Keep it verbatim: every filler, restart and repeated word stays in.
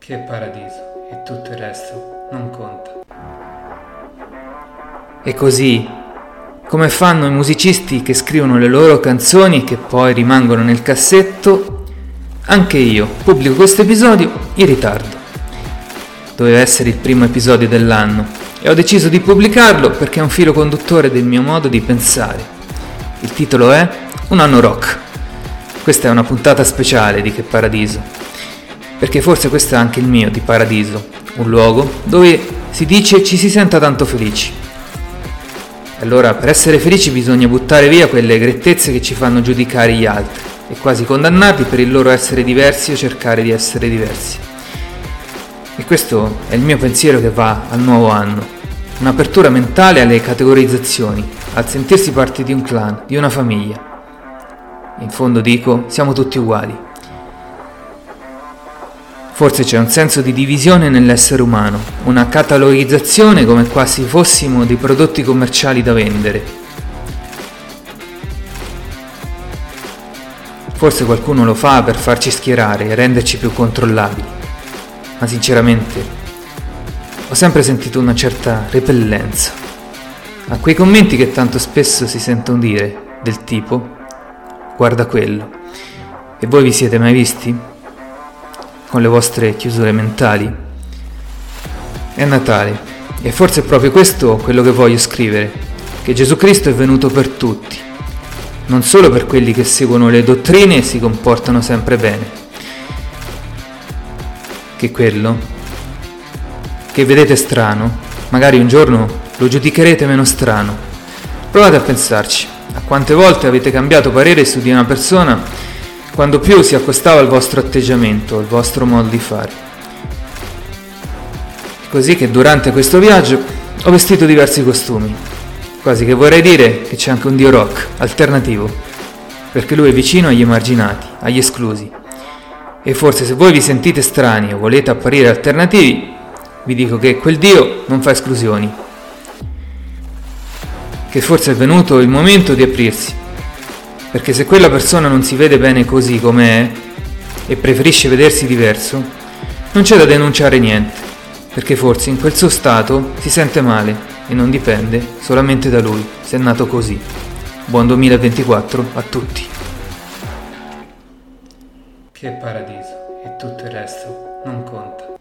Che paradiso, e tutto il resto non conta. E così, come fanno i musicisti che scrivono le loro canzoni e che poi rimangono nel cassetto, anche io pubblico questo episodio in ritardo. Doveva essere il primo episodio dell'anno e ho deciso di pubblicarlo perché è un filo conduttore del mio modo di pensare. Il titolo è Un anno rock. Questa è una puntata speciale di Che Paradiso, perché forse questo è anche il mio di Paradiso, un luogo dove si dice ci si senta tanto felici. Allora, per essere felici bisogna buttare via quelle grettezze che ci fanno giudicare gli altri e quasi condannati per il loro essere diversi o cercare di essere diversi. E questo è il mio pensiero che va al nuovo anno, un'apertura mentale alle categorizzazioni, al sentirsi parte di un clan, di una famiglia. In fondo dico, siamo tutti uguali. Forse c'è un senso di divisione nell'essere umano, una catalogizzazione come quasi fossimo dei prodotti commerciali da vendere. Forse qualcuno lo fa per farci schierare e renderci più controllabili, ma sinceramente ho sempre sentito una certa repellenza a quei commenti che tanto spesso si sentono dire, del tipo guarda quello, e voi vi siete mai visti? Con le vostre chiusure mentali. È Natale e forse è proprio questo quello che voglio scrivere, che Gesù Cristo è venuto per tutti, non solo per quelli che seguono le dottrine e si comportano sempre bene, che quello che vedete strano, magari un giorno lo giudicherete meno strano. Provate a pensarci, a quante volte avete cambiato parere su di una persona quando più si accostava al vostro atteggiamento, al vostro modo di fare. È così che durante questo viaggio ho vestito diversi costumi, quasi che vorrei dire che c'è anche un dio rock alternativo, perché lui è vicino agli emarginati, agli esclusi. E forse se voi vi sentite strani o volete apparire alternativi, vi dico che quel dio non fa esclusioni, che forse è venuto il momento di aprirsi. Perché se quella persona non si vede bene così com'è e preferisce vedersi diverso, non c'è da denunciare niente, perché forse in quel suo stato si sente male e non dipende solamente da lui, se è nato così. Buon duemilaventiquattro a tutti. Che paradiso, e tutto il resto non conta.